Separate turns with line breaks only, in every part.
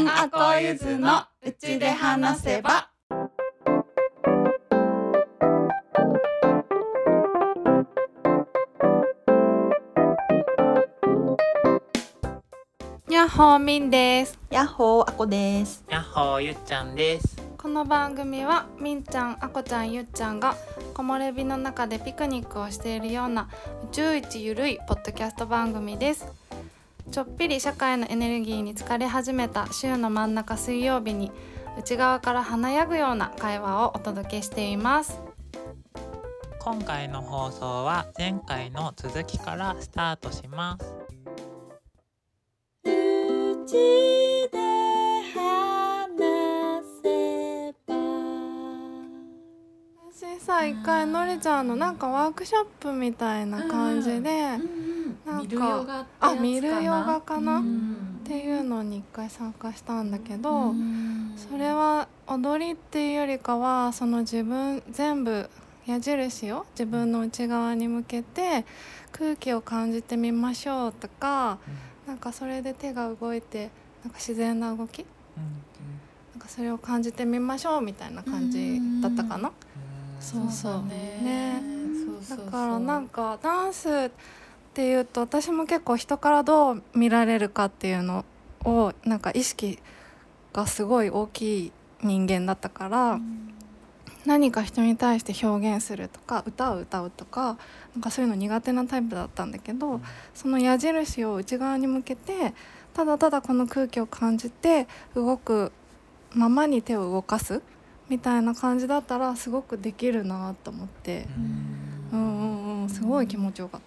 んあこゆずのうちで話せば。やっほーみんです。
やっほーあこです。
やっほーゆっちゃんです。
この番組はみんちゃん、あこちゃん、ゆっちゃんが木漏れ日の中でピクニックをしているような宇宙一ゆるいポッドキャスト番組です。ちょっぴり社会のエネルギーに疲れ始めた週の真ん中水曜日に内側から華やぐような会話をお届けしています。
今回の放送は前回の続きからスタートします。
うちで話せば。
私さ、一回のりちゃんのなんかワークショップみたいな感じで、なんかミルヨガかな、っていうのに一回参加したんだけど、それは踊りっていうよりかはその自分全部矢印を自分の内側に向けて空気を感じてみましょうとか、なんかそれで手が動いてなんか自然な動き、なんかそれを感じてみましょうみたいな感じだったかな。そうそうね。だからなんかダンスっていうと私も結構人からどう見られるかっていうのをなんか意識がすごい大きい人間だったから、何か人に対して表現するとか歌を歌うとか、なんかそういうの苦手なタイプだったんだけど、その矢印を内側に向けてただただこの空気を感じて動くままに手を動かすみたいな感じだったらすごくできるなと思って、すごい気持ちよかった。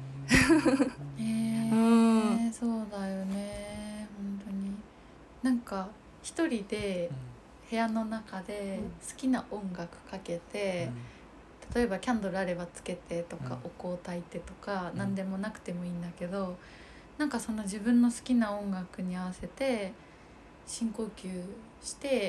そうだよね。本当になんか一人で部屋の中で好きな音楽かけて、例えばキャンドルあればつけてとか、お香焚いてとか、何でもなくてもいいんだけど、なんかその自分の好きな音楽に合わせて深呼吸して、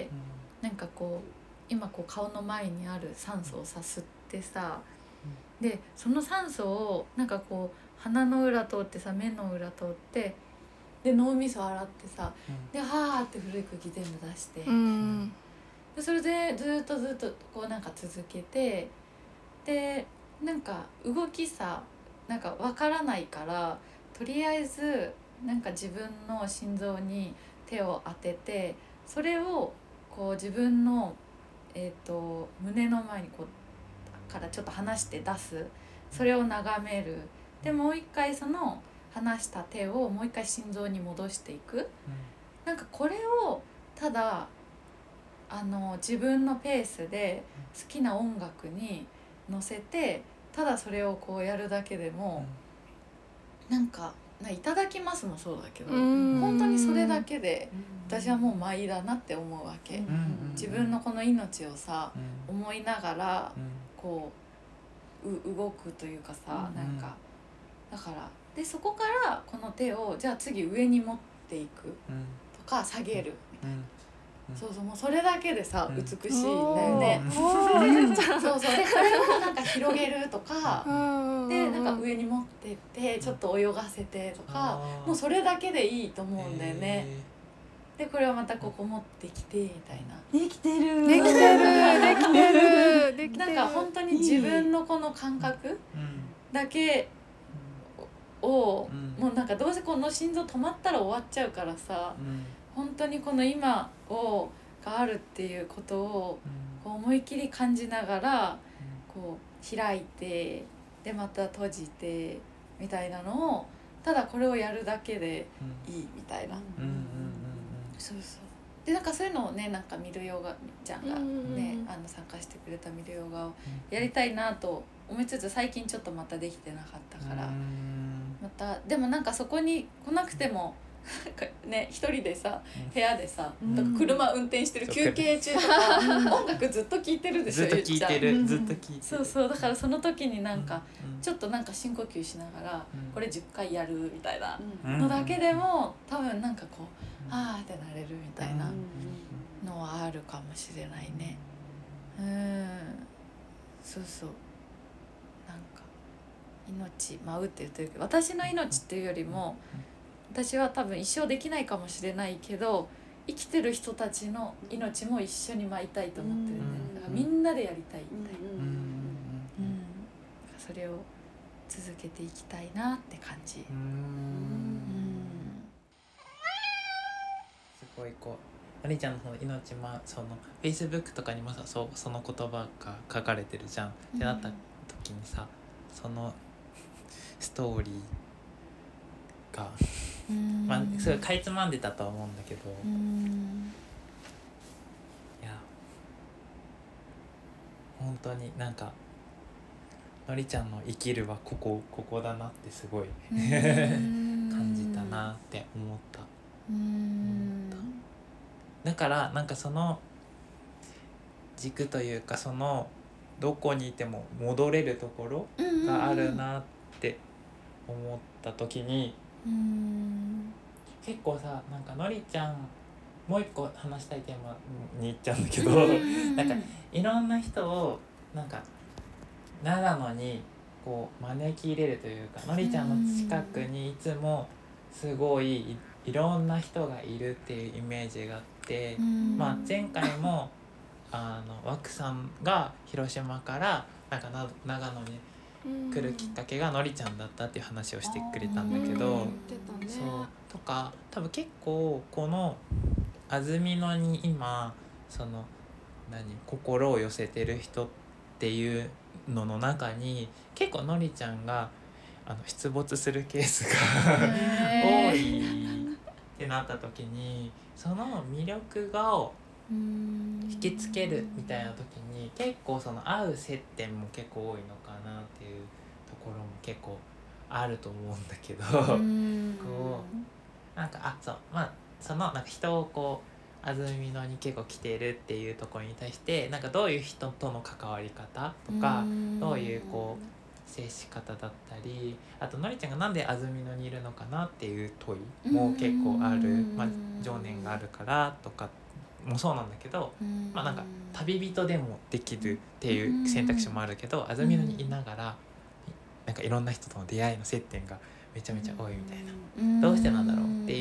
なんかこう今こう顔の前にある酸素をさ吸ってさ、でその酸素をなんかこう鼻の裏通ってさ、目の裏通って、で脳みそ洗ってさ、ではーって古い空気全部出して、でそれでずっとこうなんか続けて、でなんか動きさなんかわからないから、とりあえずなんか自分の心臓に手を当てて、それをこう自分の胸の前にこうからちょっと離して出す、それを眺める。でもう一回その離した手をもう一回心臓に戻していく、なんかこれをただ自分のペースで好きな音楽に乗せて、ただそれをこうやるだけでも、なんかいただきますもそうだけど、本当にそれだけで私はもう舞だなって思うわけ。自分のこの命をさ、思いながらこう動くというかさ、なんかだからでそこからこの手をじゃあ次上に持っていくとか下げるみたいな、そうそう、もうそれだけでさ、美しいんだよね。そうそう、でこれをなんか広げるとかで、なんか上に持ってってちょっと泳がせてとか、もうそれだけでいいと思うんだよね。でこれはまたここ持ってきてみたいな、
できてる
なんか本当に自分のこの感覚だけを、もうなんかどうせこの心臓止まったら終わっちゃうからさ、本当にこの今があるっていうことをこう思い切り感じながら、こう開いて、でまた閉じてみたいなのを、ただこれをやるだけでいいみたいな、そうそう。でなんかそういうのをね、なんかミルヨガちゃんがね、参加してくれたミルヨガをやりたいなと思いつつ、最近ちょっとまたできてなかったから、またでもなんかそこに来なくてもね、一人でさ部屋でさ、車運転してる休憩中とか音楽ずっと聴いてるでしょ。
ずっと聴いてる、ずっと聴いてる。
そうそう、だからその時になんかちょっとなんか深呼吸しながらこれ10回やるみたいなのだけでも、多分なんかこうあーってなれるみたいなのはあるかもしれないね。そうそう、なんか命舞うって言ってるけど、私の命っていうよりも、私は多分一生できないかもしれないけど、 生きてる人たちの命も一緒に舞いたいと思ってるね。だからみんなでやりたいみたいな、それを続けていきたいなって感じ。
すごいこうのりちゃんのその命その Facebook とかにもさその言葉が書かれてるじゃんってなった時にさ、そのストーリーがまあすごいかいつまんでたとは思うんだけど、いや本当になんかのりちゃんの生きるはここだなってすごい感じたなって思った。だからなんかその軸というか、そのどこにいても戻れるところがあるなって思った時に、結構さなんかのりちゃんもう一個話したいテーマに行っちゃうんだけどなんかいろんな人をなんか長野にこう招き入れるというか、のりちゃんの近くにいつもすごいいろんな人がいるっていうイメージがあって、まあ、前回もワクさんが広島からなんか長野に来るきっかけがのりちゃんだったっていう話をしてくれたんだけど、そうとか多分結構この安曇野に今その心を寄せてる人っていうのの中に結構のりちゃんが出没するケースが多いってなった時に、その魅力を引きつけるみたいな時に結構その合う接点も結構多いのかなっていうところも結構あると思うんだけどこうなんかそうまあそのなんか人をこう安曇野に結構来てるっていうところに対してなんかどういう人との関わり方とかどういうこう接し方だったり、あとのりちゃんがなんで安曇野にいるのかなっていう問いも結構ある、まあ、情念があるからとかもそうなんだけど、まあなんか旅人でもできるっていう選択肢もあるけど、安曇野にいながらなんかいろんな人との出会いの接点がめちゃめちゃ多いみたいな、どうしてなんだろうって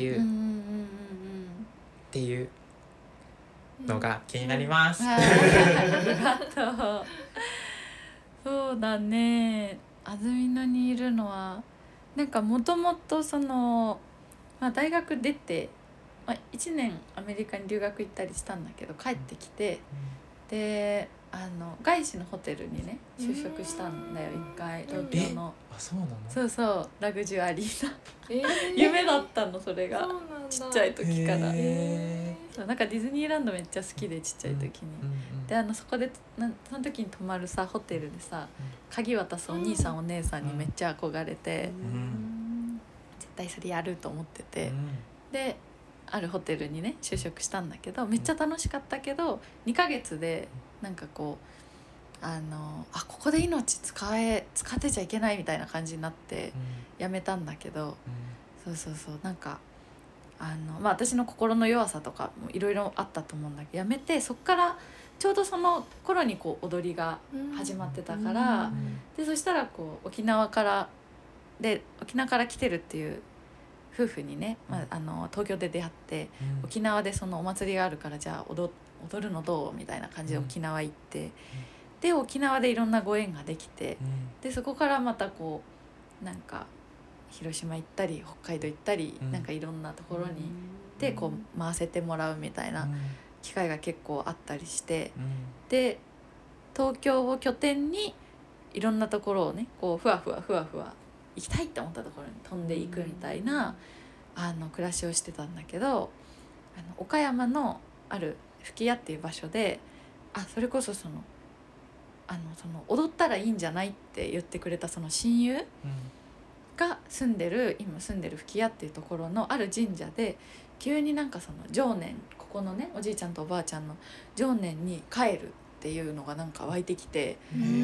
いうのが気になります。
ありがとう。そうだね、安曇野にいるのはなんかもともとその、まあ、大学出て、まあ、1年アメリカに留学行ったりしたんだけど帰ってきて、で外資のホテルにね就職したんだよ一回、東京の。
あ、そうなの？
そうそうラグジュアリーな夢だったのそれがちっちゃい時から。そうなんかディズニーランドめっちゃ好きでちっちゃい時に、でそこでその時に泊まるさホテルでさ鍵渡すお兄さんお姉さんにめっちゃ憧れて、絶対それやると思ってて、であるホテルにね就職したんだけどめっちゃ楽しかったけど2ヶ月でなんかこうここで命使ってちゃいけないみたいな感じになってやめたんだけど、そうなんかまあ、私の心の弱さとかもいろいろあったと思うんだけどやめて、そっからちょうどその頃にこう踊りが始まってたから、でそしたらこう沖縄から来てるっていう夫婦にね、まあ、東京で出会って、沖縄でそのお祭りがあるからじゃあ踊るのどうみたいな感じで沖縄行って、で沖縄でいろんなご縁ができて、でそこからまたこうなんか広島行ったり北海道行ったり、なんかいろんなところに行ってこう回せてもらうみたいな機会が結構あったりして、で東京を拠点にいろんなところをねこうふわふわ行きたいって思ったところに飛んでいくみたいな暮らしをしてたんだけど、岡山のある吹屋っていう場所でそれこそその踊ったらいいんじゃないって言ってくれたその親友が今住んでる吹屋っていうところのある神社で急になんかその情念、ここのねおじいちゃんとおばあちゃんの情念に帰るっていうのがなんか湧いてきて、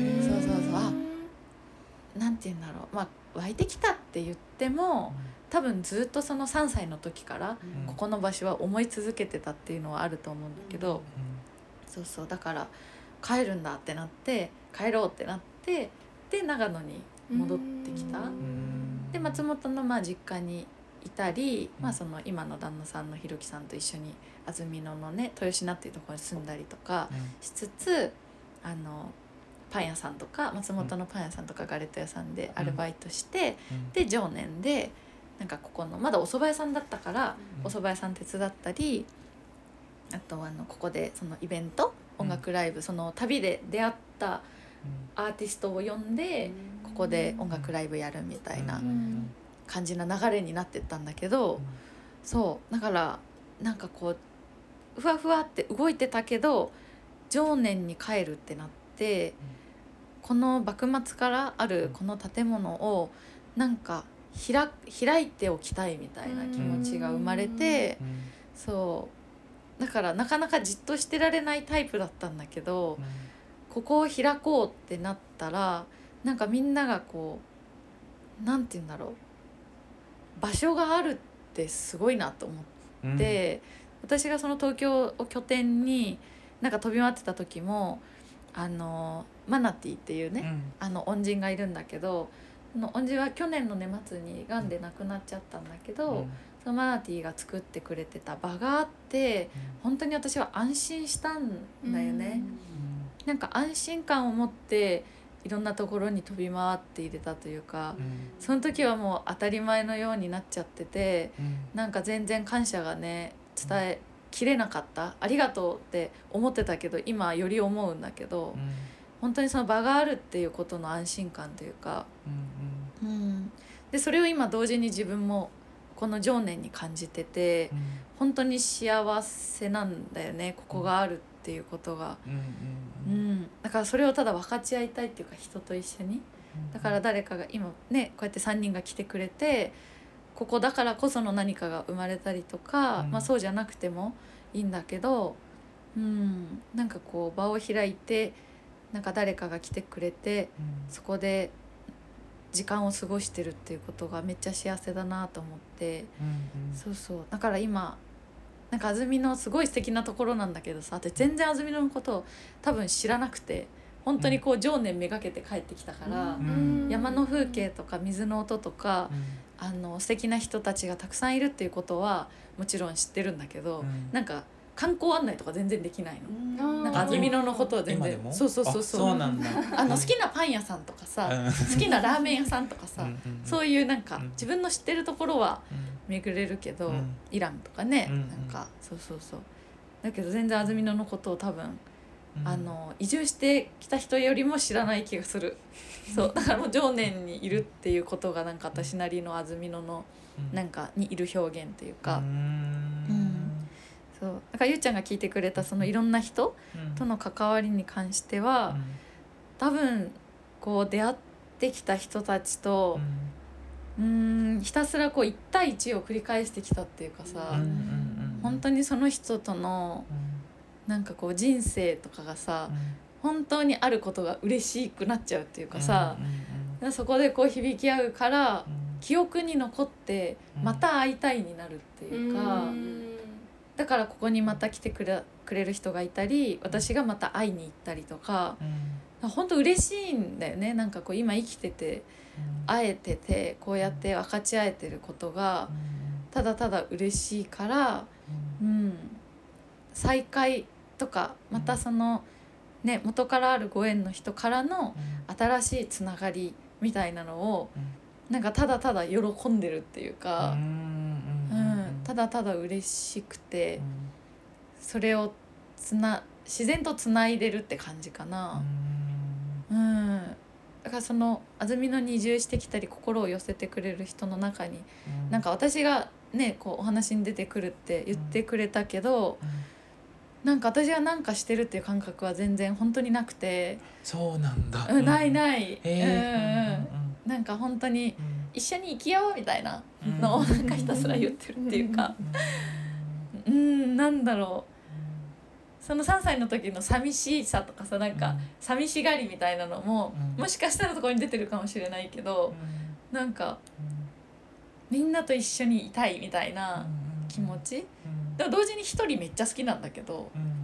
そうなんて言うんだろう、まあ湧いてきたって言っても多分ずっとその3歳の時からここの場所は思い続けてたっていうのはあると思うんだけど、そうだから帰るんだってなって帰ろうってなって、で長野に戻ってきた。で松本のまあ実家にいたり、まあ、その今の旦那さんのひろきさんと一緒に安曇野のね豊品っていうところに住んだりとかしつつ、パン屋さんとか松本のパン屋さんとかガレット屋さんでアルバイトして、で常年でなんかここのまだお蕎麦屋さんだったから、お蕎麦屋さん手伝ったり、あとここでそのイベント音楽ライブ、その旅で出会ったアーティストを呼んでここで音楽ライブやるみたいな感じな流れになってったんだけど、そうだからなんかこうふわふわって動いてたけど常年に帰るってなって、この幕末からあるこの建物をなんか開いておきたいみたいな気持ちが生まれて、そうだからなかなかじっとしてられないタイプだったんだけど、ここを開こうってなったらなんかみんながこうなんて言うんだろう、場所があるってすごいなと思って、私がその東京を拠点になんか飛び回ってた時もマナティっていうね、恩人がいるんだけど、その恩人は去年の年末にがんで亡くなっちゃったんだけど、そのマナティが作ってくれてた場があって、本当に私は安心したんだよね。なんか安心感を持っていろんなところに飛び回っていれたというか、その時はもう当たり前のようになっちゃってて、なんか全然感謝がね伝えきれなかった、ありがとうって思ってたけど今より思うんだけど、本当にその場があるっていうことの安心感というか、でそれを今同時に自分もこの常年に感じてて、本当に幸せなんだよね、ここがあるっていうことが、だからそれをただ分かち合いたいっていうか、人と一緒に、だから誰かが今ねこうやって3人が来てくれて、ここだからこその何かが生まれたりとか、まあそうじゃなくてもいいんだけど、なんかこう場を開いてなんか誰かが来てくれて、そこで時間を過ごしてるっていうことがめっちゃ幸せだなと思って、そうそう、だから今なんか安曇野すごい素敵なところなんだけどさ、私全然安曇野のことを多分知らなくて、本当にこう常年めがけて帰ってきたから、山の風景とか水の音とか、素敵な人たちがたくさんいるっていうことはもちろん知ってるんだけど、なんか観光案内とか全然できないの。なんか安曇野のことは全然、
そうなんだ。
好きなパン屋さんとかさ、好きなラーメン屋さんとかさ、そういうなんか自分の知ってるところは巡れるけど、イランとかね、なんかそうだけど全然安曇野のことを多分移住してきた人よりも知らない気がする。そうだからもう常年にいるっていうことがなんか私なりの安曇野のなんかにいる表現っていうか、そうだからゆうちゃんが聞いてくれたそのいろんな人との関わりに関しては、多分こう出会ってきた人たちとひたすらこう1対1を繰り返してきたっていうかさ、本当にその人とのなんかこう人生とかがさ、本当にあることが嬉しくなっちゃうっていうかさ、そこでこう響き合うから記憶に残ってまた会いたいになるっていうか、だからここにまた来てくれる人がいたり、私がまた会いに行ったりとか、本当嬉しいんだよね。なんかこう今生きてて会えててこうやって分かち合えてることがただただ嬉しいから、再会とかまたそのね元からあるご縁の人からの新しいつながりみたいなのをなんかただただ喜んでるっていうか、ただただ嬉しくて、それを自然とつないでるって感じかな。だからその安曇野に移住してきたり心を寄せてくれる人の中に、なんか私がねこうお話に出てくるって言ってくれたけど、なんか私が何かしてるっていう感覚は全然本当になくて。
そうなんだ。
ない、なんか本当に一緒に生きようみたいなのをなんかひたすら言ってるっていうか、なんだろう、その3歳の時の寂しさとかさ、なんか寂しがりみたいなのも、もしかしたらそこに出てるかもしれないけど、なんかみんなと一緒にいたいみたいな気持ち、でも同時に一人めっちゃ好きなんだけど、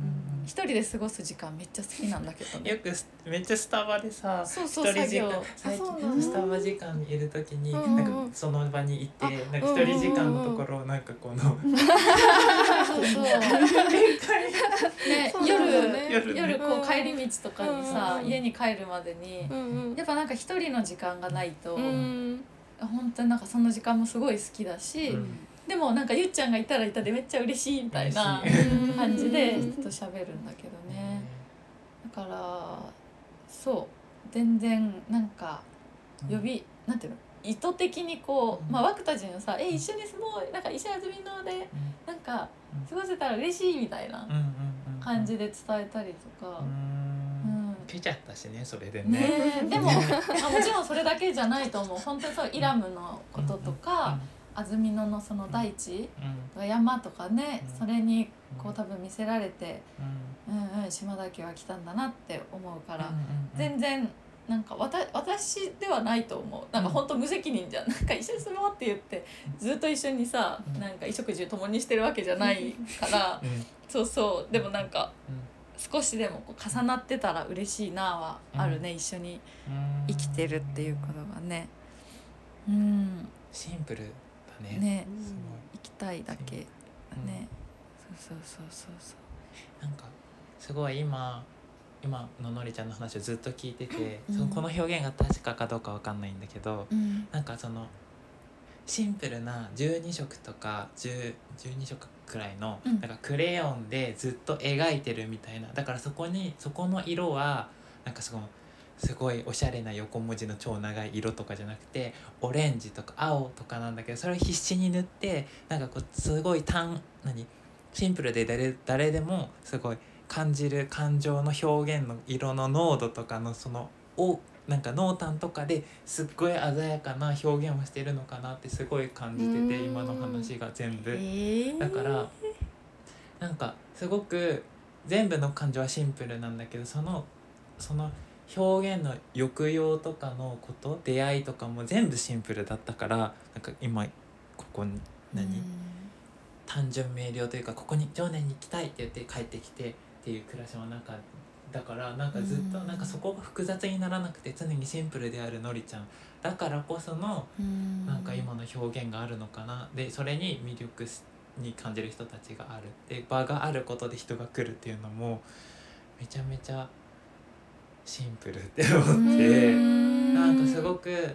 一人で過ごす時間めっちゃ好きなんだけどね。
よくめっちゃスタバでさ
そうそう
一人時間
作業
最
そうなの
近スタバ時間にいる時に
うん
なんかその場に行ってなんか一人時間のところをなんかこの
そうそうね、
そうだよね
夜こう帰り道とかにさ、
うん
家に帰るまでに、
うん
やっぱなんか一人の時間がないと、
うん
本当になんかその時間もすごい好きだし、でもなんかゆっちゃんがいたらいたでめっちゃ嬉しいみたいな
嬉しい
感じで人と喋るんだけどね。だからそう全然なんかなんていうの意図的にこう、まあ枠たちのさ一緒に住もうなんか一緒に遊びのでなんか過ごせたら嬉しいみたいな感じで伝えたりとか。
受けちゃったしねそれで
ね
ね。
でももちろんそれだけじゃないと思う。本当にそうイラムのこととか、安曇野のその大地、山とかね、それにこう多分見せられて、島田家は来たんだなって思うから、全然なんか私ではないと思う。なんか本当無責任じゃん。なんか一緒に住もうって言ってずっと一緒にさ、なんか衣食住共にしてるわけじゃないから、そうそうでもなんか。少しでもこう重なってたら嬉しいなはあるね、一緒に生きてるっていうことがね。
シンプルだね。
ね、
すごい
生きたいだけだね。そう
なんかすごい今ののりちゃんの話をずっと聞いてて、この表現が確かかどうかわかんないんだけど、なんかそのシンプルな12色とか12色くらいのなんかクレヨンでずっと描いてるみたいな。だからそこの色はなんかすごいおしゃれな横文字の超長い色とかじゃなくてオレンジとか青とかなんだけど、それを必死に塗ってなんかこうすごいシンプルで誰でもすごい感じる感情の表現の色の濃度とかのなんか濃淡とかですっごい鮮やかな表現をしてるのかなってすごい感じてて、今の話が全部、だからなんかすごく全部の感情はシンプルなんだけど、その表現の抑揚とかのこと出会いとかも全部シンプルだったから、なんか今ここに単純明瞭というか、ここに常年に行きたいって言って帰ってきてっていう暮らしの中だから、なんかずっとなんかそこが複雑にならなくて常にシンプルであるのりちゃんだからこそのなんか今の表現があるのかな。でそれに魅力に感じる人たちがあるで場があることで人が来るっていうのもめちゃめちゃシンプルって思って、なんかすごく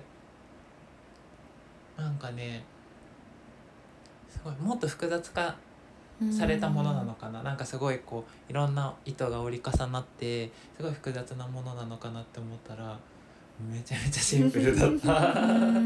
なんかねすごいもっと複雑化されたものなのかな。なんかすごいこういろんな糸が折り重なってすごい複雑なものなのかなって思ったらめちゃめちゃシンプルだった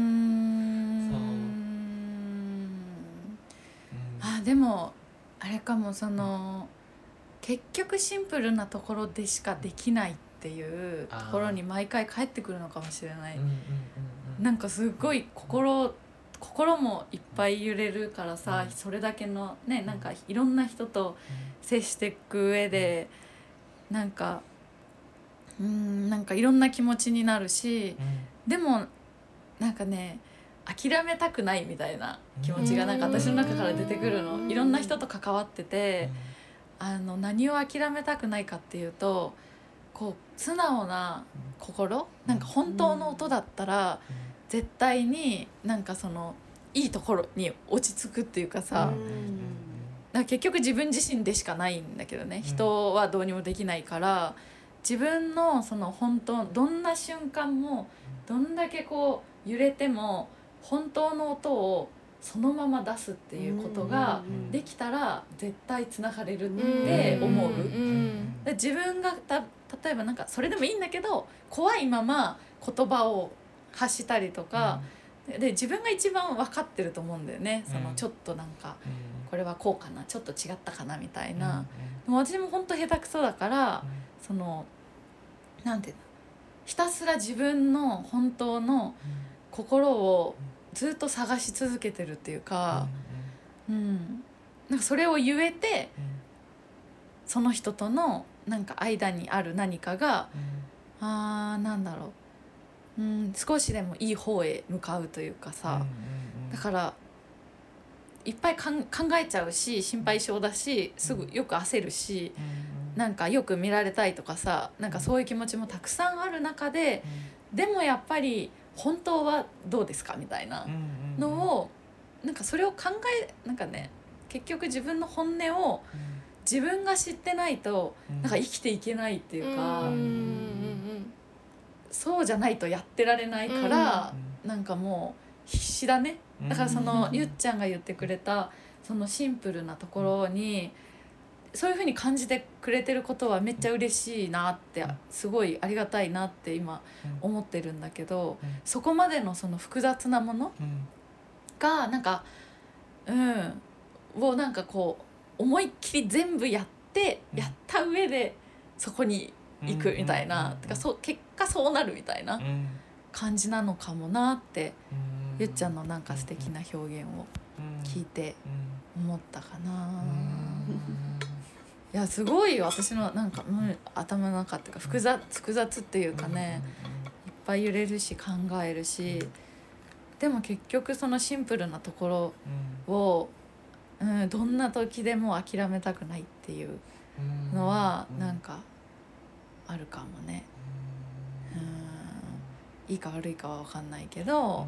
でもあれかも、その結局シンプルなところでしかできないっていうところに毎回帰ってくるのかもしれない。なんかすごい心もいっぱい揺れるからさ、それだけのね、なんかいろんな人と接していく上でなんかいろんな気持ちになるし、でもなんかね諦めたくないみたいな気持ちがなんか私の中から出てくるの。いろんな人と関わってて、何を諦めたくないかっていうと、こう素直な心、なんか本当の音だったら絶対になんかそのいいところに落ち着くっていうかさ、だから結局自分自身でしかないんだけどね、人はどうにもできないから、自分のその本当どんな瞬間もどんだけこう揺れても本当の音をそのまま出すっていうことができたら絶対つながれるって思う。で自分が例えばなんかそれでもいいんだけど怖いまま言葉を発したりとか、で自分が一番分かってると思うんだよね。そのちょっとなんかこれはこうかな、ちょっと違ったかなみたいな。でも私も本当下手くそだから、そのなんていうの、ひたすら自分の本当の心をずっと探し続けてるっていうか、なんかそれを言えて、その人とのなんか間にある何かが、なんだろう、少しでもいい方へ向かうというかさ、だからいっぱい考えちゃうし心配性だし、すぐよく焦るし、 なんかよく見られたいとかさ、なんかそういう気持ちもたくさんある中で、でもやっぱり本当はどうですかみたいなのを、なんかそれをなんかね、結局自分の本音を自分が知ってないとなんか生きていけないっていうか、そうじゃないとやってられないから、なんかもう必死だね。だからそのゆっちゃんが言ってくれたそのシンプルなところにそういう風に感じてくれてることはめっちゃ嬉しいなって、すごいありがたいなって今思ってるんだけど、そこまでのその複雑なものがなんかをなんかこう思いっきり全部やった上でそこに行くみたいな、てか結果そうなるみたいな感じなのかもなってゆっちゃんのなんか素敵な表現を聞いて思ったかな。いやすごいよ、私のなんか頭の中っていうか複雑っていうかね、いっぱい揺れるし考えるし、でも結局そのシンプルなところを、どんな時でも諦めたくないっていうのはなんかあるかもね。いいか悪いかは分かんないけど、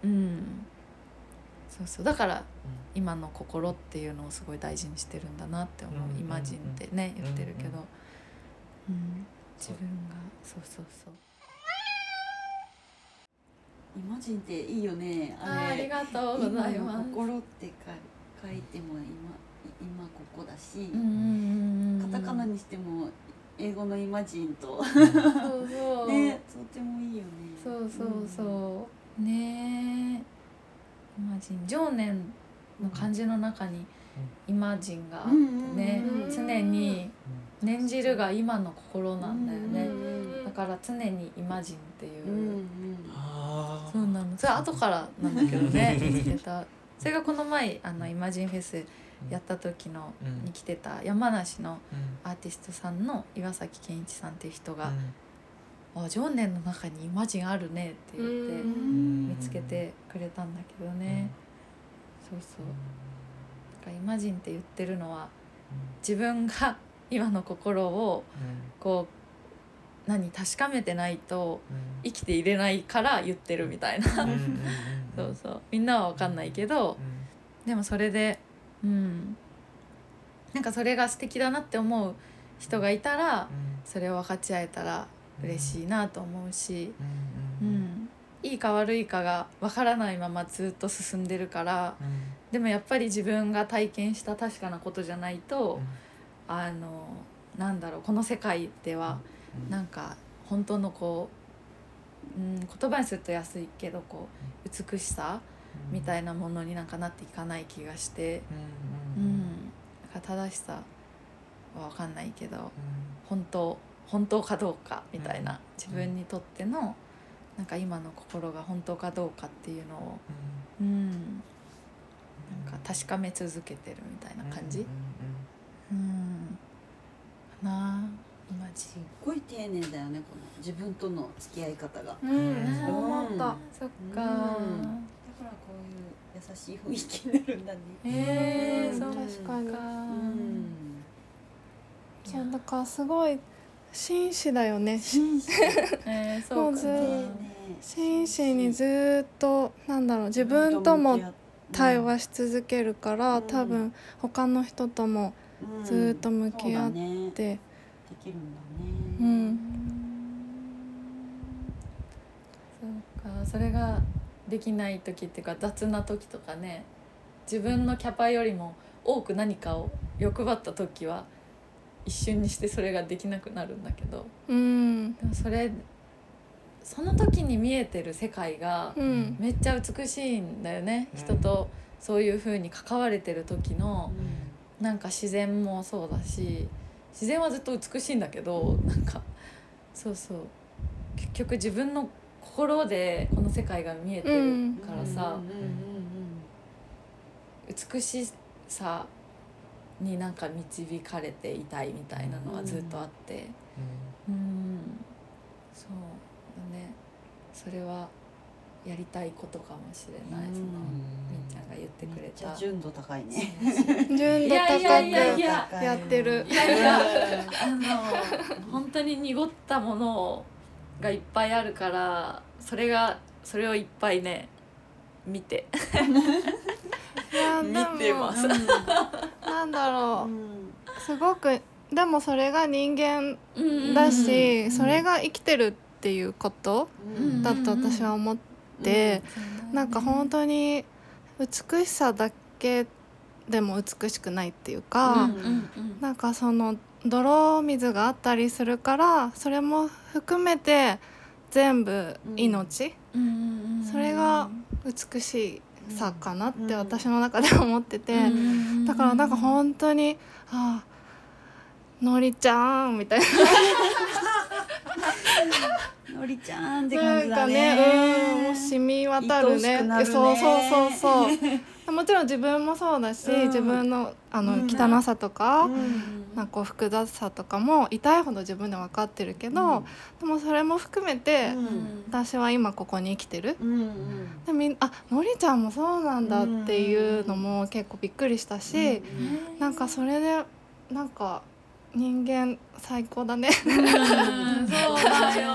そうだから今の心っていうのをすごい大事にしてるんだなって思う。イマジンってね言ってるけど、自分がそう
イマジンっていいよね。
ありがとうございます。
今の心って書いても今ここだし、カタカナにしても英語のイマジンと
そうね、
とてもいいよね。
そうね。イマジン、情念の漢字の中にイマジンがあってね、常に念じるが今の心なんだよね。だから常にイマジンっていう、そうなの。それ後からなんだけどね見つけた。それがこの前イマジンフェスやった時のに来てた山梨のアーティストさんの岩崎健一さんっていう人が「情念の中にイマジンあるね」って言って見つけてくれたんだけどね。そうだからイマジンって言ってるのは自分が今の心をこう確かめてないと生きていれないから言ってるみたいなそうみんなは分かんないけど、でもそれでなんかそれが素敵だなって思う人がいたらそれを分かち合えたら嬉しいなと思うし、いいか悪いかが分からないままずっと進んでるから、でもやっぱり自分が体験した確かなことじゃないと、なんだろう、この世界ではなんか本当のこう、言葉にすると安いけどこう美しさみたいなものになんかなっていかない気がして、だから正しさは分かんないけど、本当かどうかみたいな、自分にとってのなんか今の心が本当かどうかっていうのを、なんか確かめ続けてるみたいな感じ、かな。今
すっごい丁寧だよね、この自分との付き合い方が。
そう思った。
そっか、
だからこういう優しい雰囲気になるんだね。
そう
確かに。そうだからすごい紳士だよね。
そうか
真摯にずっと自分とも対話し続けるから、多分他の人ともずっと向き合って、
できるんだね。
そうか、それができない時っていうか雑な時とかね、自分のキャパよりも多く何かを欲張った時は一瞬にしてそれができなくなるんだけど、でもその時に見えてる世界がめっちゃ美しいんだよね、人とそういう風に関われてる時のなんか自然もそうだし、自然はずっと美しいんだけど、なんか結局自分の心でこの世界が見えてるからさ、美しさになんか導かれていたいみたいなのはずっとあって、そうだね。それはやりたいことかもしれない、そのみーちゃんが言ってくれた。
純度高いね。
純度高くやってる。
いやいや本当に濁ったものがいっぱいあるから、それをいっぱいね見て見てます。
なんだろう、すごくでもそれが人間だし、それが生きてるっていうことだと私は思って、なんか本当に美しさだけでも美しくないっていうか、なんかその泥水があったりするから、それも含めて全部命、それが美しさかなって私の中で思ってて、だからなんか本当にのりちゃんみたいな
のりちゃんって感じだね。
もう染み渡るね。そうもちろん自分もそうだし、自分の汚さとか、なんか複雑さとかも痛いほど自分で分かってるけど、でもそれも含めて、私は今ここに生きてる、でのりちゃんもそうなんだっていうのも結構びっくりしたし、なんかそれでなんか人間最高だね。
そうだよ。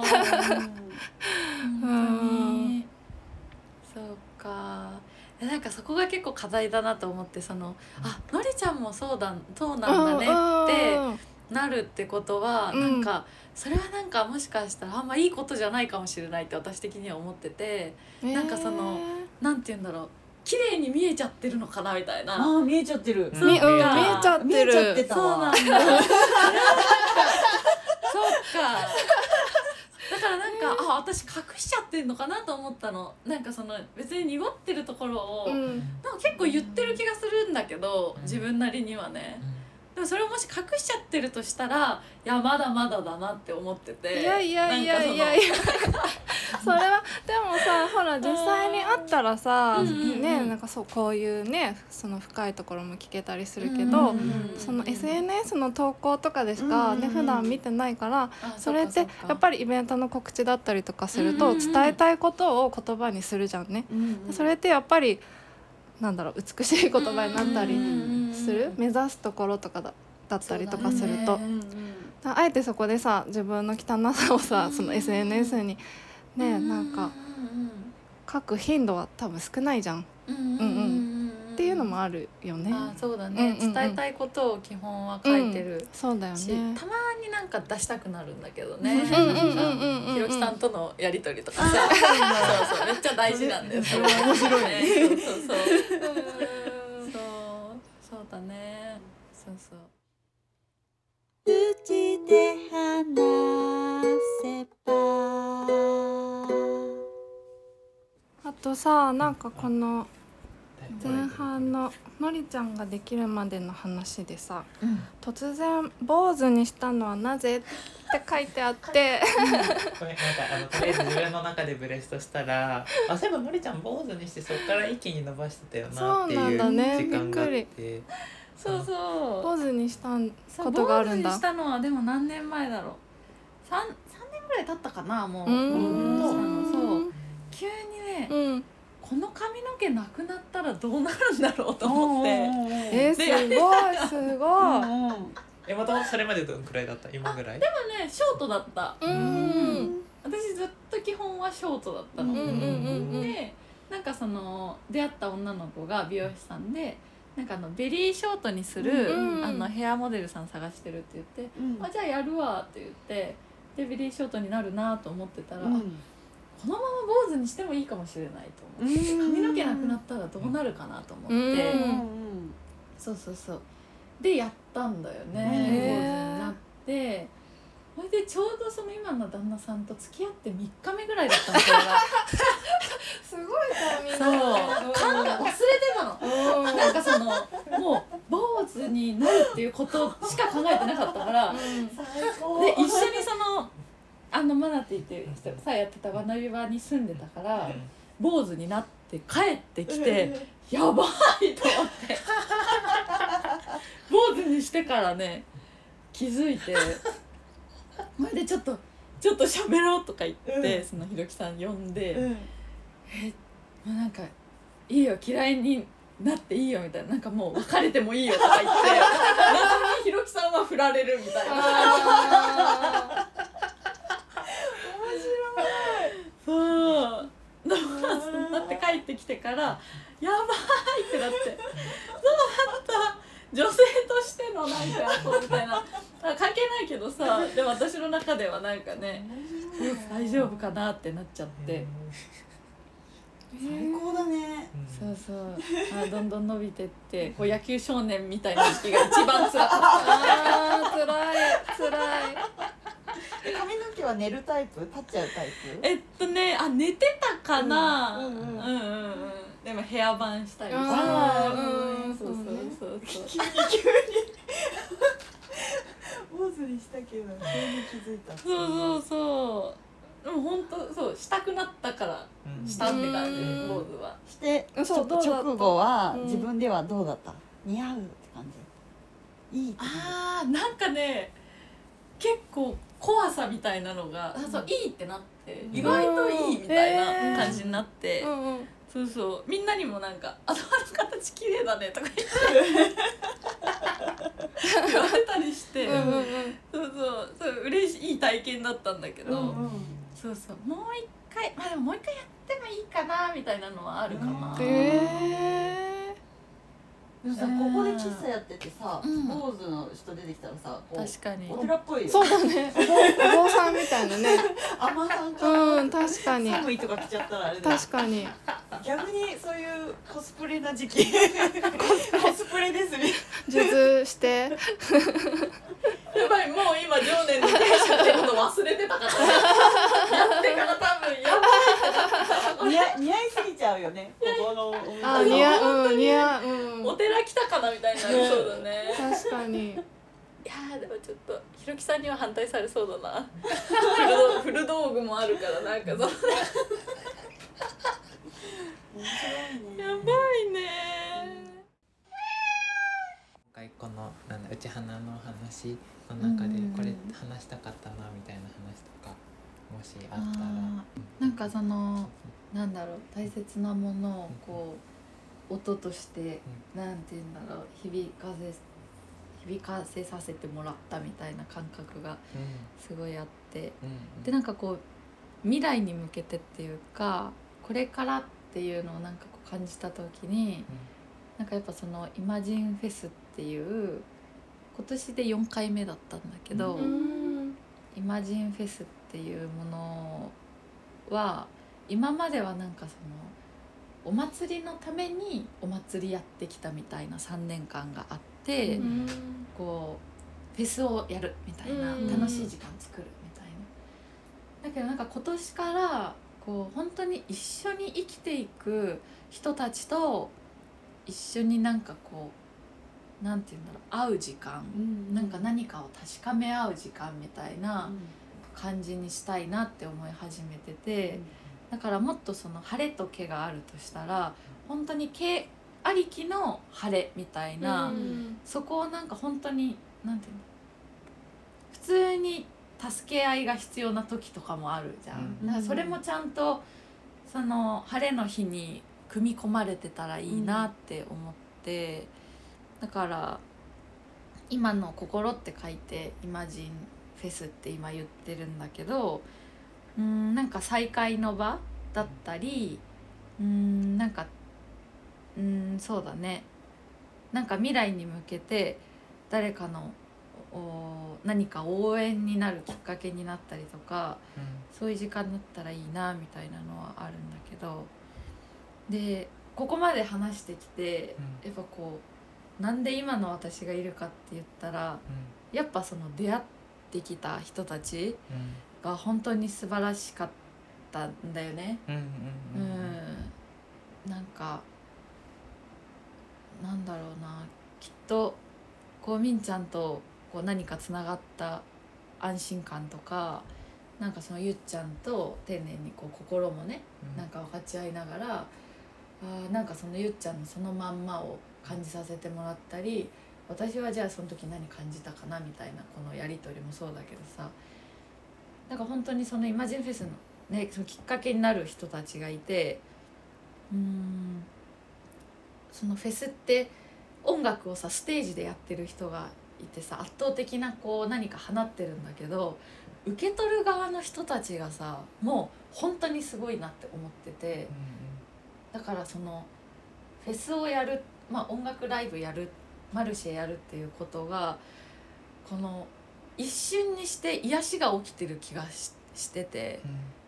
本当にそうか。なんかそこが結構課題だなと思って、のりちゃんもそうなんだねってなるってことは、なんかそれはなんかもしかしたらあんまいいことじゃないかもしれないって私的には思ってて、なんかなんて言うんだろう、綺麗に見えちゃってるのかなみたいな。
見えちゃってる。
見えちゃってる。
そうなんだ。
そうか。だからなんか私隠しちゃってんのかなと思ったの。なんか別に濁ってるところを、なんか結構言ってる気がするんだけど、自分なりにはね。でもそれをもし隠しちゃってるとしたら、いやまだまだだなって思ってて。
いやそれはでもさ、ほら実際に会ったらさ、なんかこういうね、その深いところも聞けたりするけど、その SNS の投稿とかでしかね、普段見てないから、それってやっぱりイベントの告知だったりとかすると、伝えたいことを言葉にするじゃんね。それってやっぱりなんだろう、美しい言葉になったりする、目指すところとかだったりとかすると、あえてそこでさ、自分の汚さをさ、その SNS にね、なんか書く頻度は多分少ないじゃん。っていうのもあるよね。
そうだね、伝えたいことを基本は書いてる、
そうだよね。
たまになんか出したくなるんだけどね。ひろきさんとのやり取りとかさ、そうめっちゃ大事なんだよ。それは面白いね。そうだね。そう
口で話せば。
あとさ、なんかこの前半ののりちゃんができるまでの話でさ、突然坊主にしたのはなぜって書いてあって、
これなんかとりあえず自分の中でブレストしたら、そういえばのりちゃん坊主にしてそこから一気に伸ばしてたよなっていう時間があって。
そう
坊主にしたことがあるんだ。
坊主にしたのはでも何年前だろう。3年ぐらい経ったかな、もう。そう急にね、この髪の毛なくなったらどうなるんだろうと思って。
すごい。
またそれまでどのくらいだった？今ぐらい？
でもね、ショートだった。私ずっと基本はショートだったの。で、なんか出会った女の子が美容師さんで、なんかベリーショートにするヘアモデルさん探してるって言って、じゃあやるわって言って、でベリーショートになるなと思ってたら、このまま坊主にしてもいいかもしれないと思って、髪の毛なくなったらどうなるかなと思って、そうでやったんだよね。坊主になって、それでちょうど今の旦那さんと付き合って3日目ぐらいだったの。それが
すごいタイミング。
忘れてたの。なんかもう坊主になるっていうことしか考えてなかったから、で一緒にマナティっていう人がさやってた学び場に住んでたから、坊主になって帰ってきて、やばいと思って坊主にしてからね気づいて、それでちょっと喋ろうとか言って、そのひろきさん呼んで、 もうなんかいいよ嫌いになっていいよみたいな、なんかもう別れてもいいよとか言って謎にひろきさんは振られるみたいな。面白い。そうそうなって帰ってきてからやばいってなって、そうだった女性としてのなんかそうみたいな関係ないけどさ、でも私の中ではなんかね大丈夫かなってなっちゃって。
最高だね。
そうそうどんどん伸びてってこう野球少年みたいな時期が一番辛かった。
あー辛い
髪の毛は寝るタイプ、立っちゃうタイプ？
寝てたかな。
うん
でもヘアバンしたりして、そう
急に坊主にしたけど急に気づいた。
そうでも本当そうしたくなったからしたって感じ。坊主は
して直後は自分ではどうだった？似合うって感じ？いいって感じ？
なんかね結構怖さみたいなのがそういいってなって意外といいみたいな感じになって、そうみんなにもなんか頭の形綺麗だねとか言われたりしてそう嬉しいいい体験だったんだけど、もう一回でももう一回やってもいいかなみたいなのはあるかな。
でもさ、ここで喫茶やっててさ、坊主の人出てきたらさ、こう
確かに
お寺っぽいよ。
そうだね、お坊さんみたいなね。
甘さんかな。
確かに
寒いとか来ちゃったらあれだよ。
確かに
逆にそういうコスプレな時期コスプレですね。
術して
やばい、もう今常年の電車ってこと忘れてたからやってから多分やばい
似合いすぎちゃうよね、ここのお店。
あ、似合う、
お寺来たかなみたいになりそうだね。
確かに。
いやでもちょっとひろきさんには反対されそうだな古道具もあるからなんかその
面白いね。
やばいね。
今回このうち花の話の中でこれ話したかったなみたいな話とかもしあったら、
なんかそのなんだろう、大切なものをこう音としてなんて言うんだろう、響かせさせてもらったみたいな感覚がすごいあって、でなんかこう未来に向けてっていうかこれからっていうのをなんかこう感じた時に、なんかやっぱそのイマジンフェスっていう今年で4回目だったんだけど、イマジンフェスっていうものは今まではなんかそのお祭りのためにお祭りやってきたみたいな3年間があって、こうフェスをやるみたいな、楽しい時間作るみたいな。だけどなんか今年からこう本当に一緒に生きていく人たちと一緒になんかこうなんていうんだろう、会う時間、なんか何かを確かめ合う時間みたいな感じにしたいなって思い始めてて、だからもっとその晴れと毛があるとしたら本当に毛ありきの晴れみたいな、そこをなんか本当になんていうの、普通に助け合いが必要な時とかもあるじゃん、だからそれもちゃんとその晴れの日に組み込まれてたらいいなって思って、だから今の心って書いてイマジンフェスって今言ってるんだけど、なんか再会の場だったり、なんかそうだね、なんか未来に向けて誰かの何か応援になるきっかけになったりとか、そういう時間だったらいいなみたいなのはあるんだけど、でここまで話してきて、やっぱこうなんで今の私がいるかって言ったら、やっぱその出会ってきた人たちが本当に素晴らしかったんだよね。なんかなんだろうな、きっとこうみんちゃんとこう何かつながった安心感とか、なんかそのゆっちゃんと丁寧にこう心もね、なんか分かち合いながら、なんかそのゆっちゃんのそのまんまを感じさせてもらったり、私はじゃあその時何感じたかなみたいなこのやり取りもそうだけどさ、なんか本当にそのイマジンフェスのね、そのきっかけになる人たちがいて、 そのフェスって音楽をさステージでやってる人がいてさ圧倒的なこう何か放ってるんだけど、受け取る側の人たちがさもう本当にすごいなって思ってて、だからそのフェスをやる、音楽ライブやる、マルシェやるっていうことがこの一瞬にして癒しが起きてる気がしてて、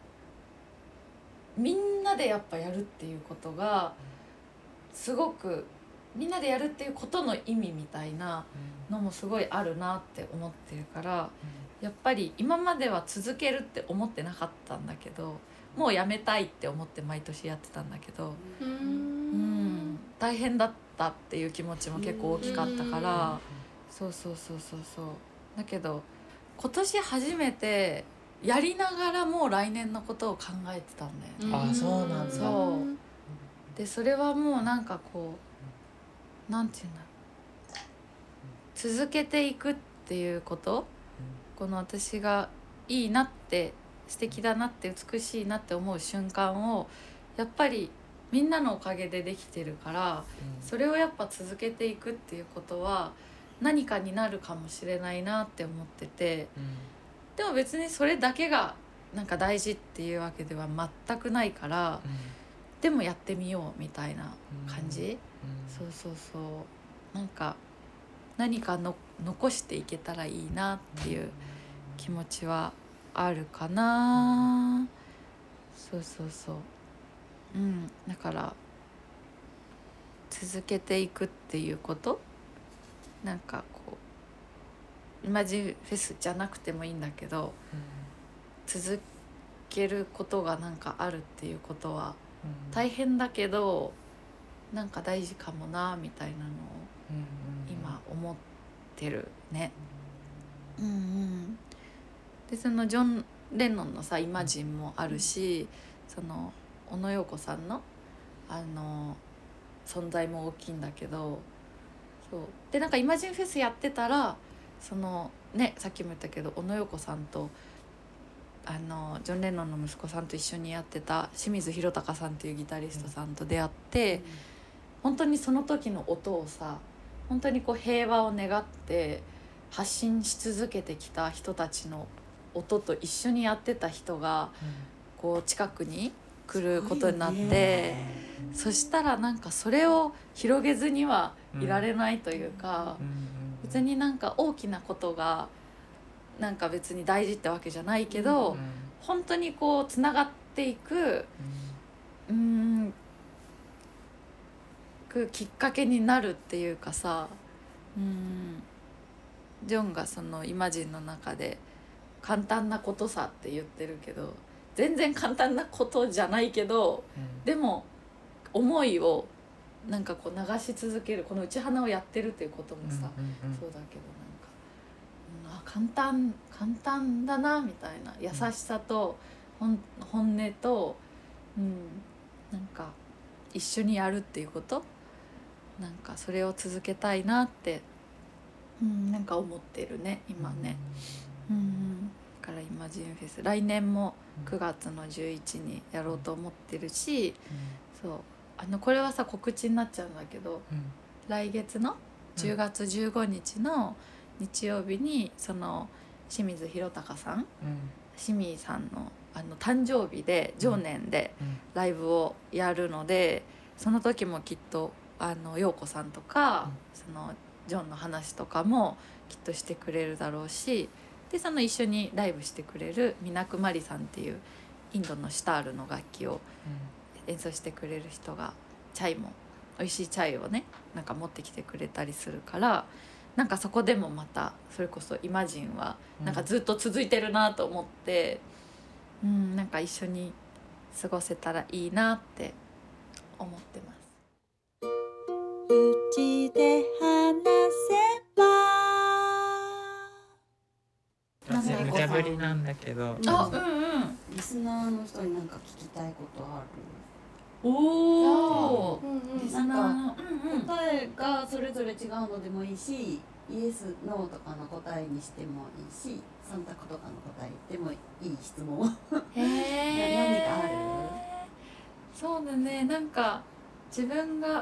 みんなでやっぱやるっていうことがすごくみんなでやるっていうことの意味みたいなのもすごいあるなって思ってるから、やっぱり今までは続けるって思ってなかったんだけど、もうやめたいって思って毎年やってたんだけど、大変だったっていう気持ちも結構大きかったから、そうだけど今年初めてやりながらもう来年のことを考えてたんだよね。
そうなんだ。
そうでそれはもうなんかこうなんていうんだろう、続けていくっていうこと、この私がいいなって素敵だなって美しいなって思う瞬間をやっぱりみんなのおかげでできてるから、それをやっぱ続けていくっていうことは何かになるかもしれないなって思ってて、でも別にそれだけがなんか大事っていうわけでは全くないから、でもやってみようみたいな感じ、なんか何かの残していけたらいいなっていう気持ちはあるかな。だから続けていくっていうこと、なんかこうイマジンフェスじゃなくてもいいんだけど、続けることがなんかあるっていうことは大変だけどなんか大事かもなみたいなのを今思ってるね。でそのジョン・レノンのさイマジンもあるし、その小野洋子さんの存在も大きいんだけど、そうでなんかイマジンフェスやってたらそのねさっきも言ったけど小野洋子さんとジョン・レノンの息子さんと一緒にやってた清水宏隆さんっていうギタリストさんと出会って、本当にその時の音をさ本当にこう平和を願って発信し続けてきた人たちの音と一緒にやってた人がこう近くに来ることになって、そしたらなんかそれを広げずにはいられないというか、別になんか大きなことがなんか別に大事ってわけじゃないけど、本当にこうつながっていくきっかけになるっていうかさ、ジョンがそのイマジンの中で簡単なことさって言ってるけど、全然簡単なことじゃないけど、でも思いをなんかこう流し続ける、この内花をやってるっていうこともさ、そうだけどなんか、簡単だなみたいな優しさと本音と、なんか一緒にやるっていうこと、なんかそれを続けたいなって、なんか思ってるね今ね。だからイマジンフェス来年も9月の11にやろうと思ってるし、そうこれはさ告知になっちゃうんだけど、来月の10月15日の日曜日にその清水宏隆さん、清水さんの誕生日で常年でライブをやるので、その時もきっと陽子さんとかそのジョンの話とかもきっとしてくれるだろうし、でその一緒にライブしてくれるミナクマリさんっていうインドのシタールの楽器を演奏してくれる人がチャイも美味しいチャイをねなんか持ってきてくれたりするから、なんかそこでもまたそれこそイマジンはなんかずっと続いてるなと思って、なんか一緒に過ごせたらいいなって思ってます。うちで話せば
私無茶ぶりなんだけど、
リスナーの人に何か聞きたいことある？
リスナーの
答えがそれぞれ違うのでもいいし、イエスノーとかの答えにしてもいいし、3択とかの答えでもいい質問何かある？
そうだね、なんか自分が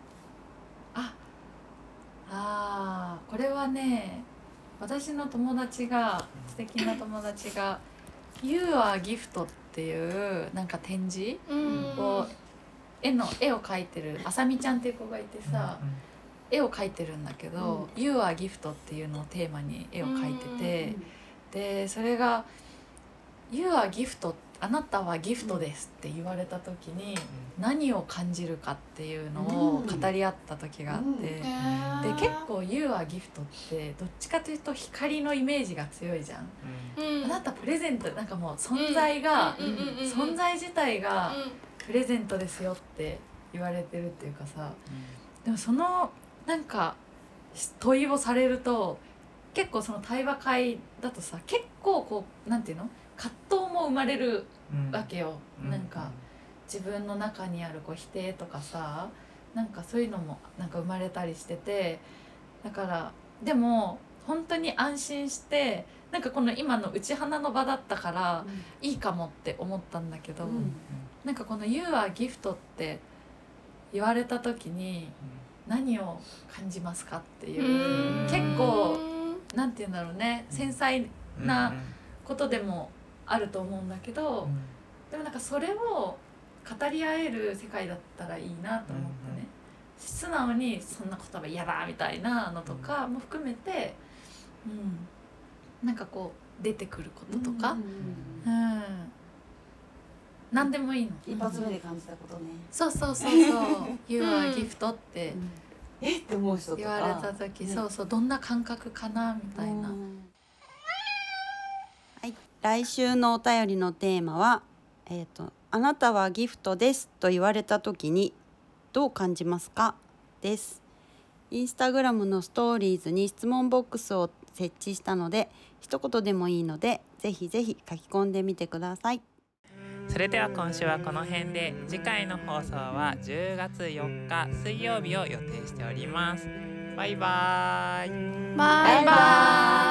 これはね、私の友達が、素敵な友達が「You are Gift」っていうなんか展示を、絵を描いてるあさみちゃんっていう子がいてさ、絵を描いてるんだけど「You are Gift」っていうのをテーマに絵を描いてて、でそれが「You are Gift」あなたはギフトですって言われた時に何を感じるかっていうのを語り合った時があって、で結構「You are Gift」ってどっちかというと光のイメージが強いじゃん。あなたプレゼント、なんかもう存在自体がプレゼントですよって言われてるっていうかさ、でもそのなんか問いをされると結構その対話会だとさ、結構こうなんていうの、葛藤も生まれるわけよ。なんか自分の中にあるこう否定とかさ、なんかそういうのもなんか生まれたりしてて、だからでも本当に安心して、なんかこの今の内花の場だったからいいかもって思ったんだけど、なんかこの「You are Gift」って言われた時に何を感じますかっていう、結構なんて言うんだろうね、繊細なことでもあると思うんだけど、でもなんかそれを語り合える世界だったらいいなと思ってね、素直にそんな言葉嫌だみたいなのとかも含めて、なんかこう出てくることとか、何でもいいの。
一発目で感じたことね。
そう「You are Gift」って
って思う人とか
言われた時、そうそう、どんな感覚かなみたいな。
はい、来週のお便りのテーマは、あなたはギフトですと言われた時にどう感じますかです。インスタグラムのストーリーズに質問ボックスを設置したので、一言でもいいのでぜひぜひ書き込んでみてください。
それでは今週はこの辺で、次回の放送は10月4日水曜日を予定しております。バイバーイ。
バイバイ。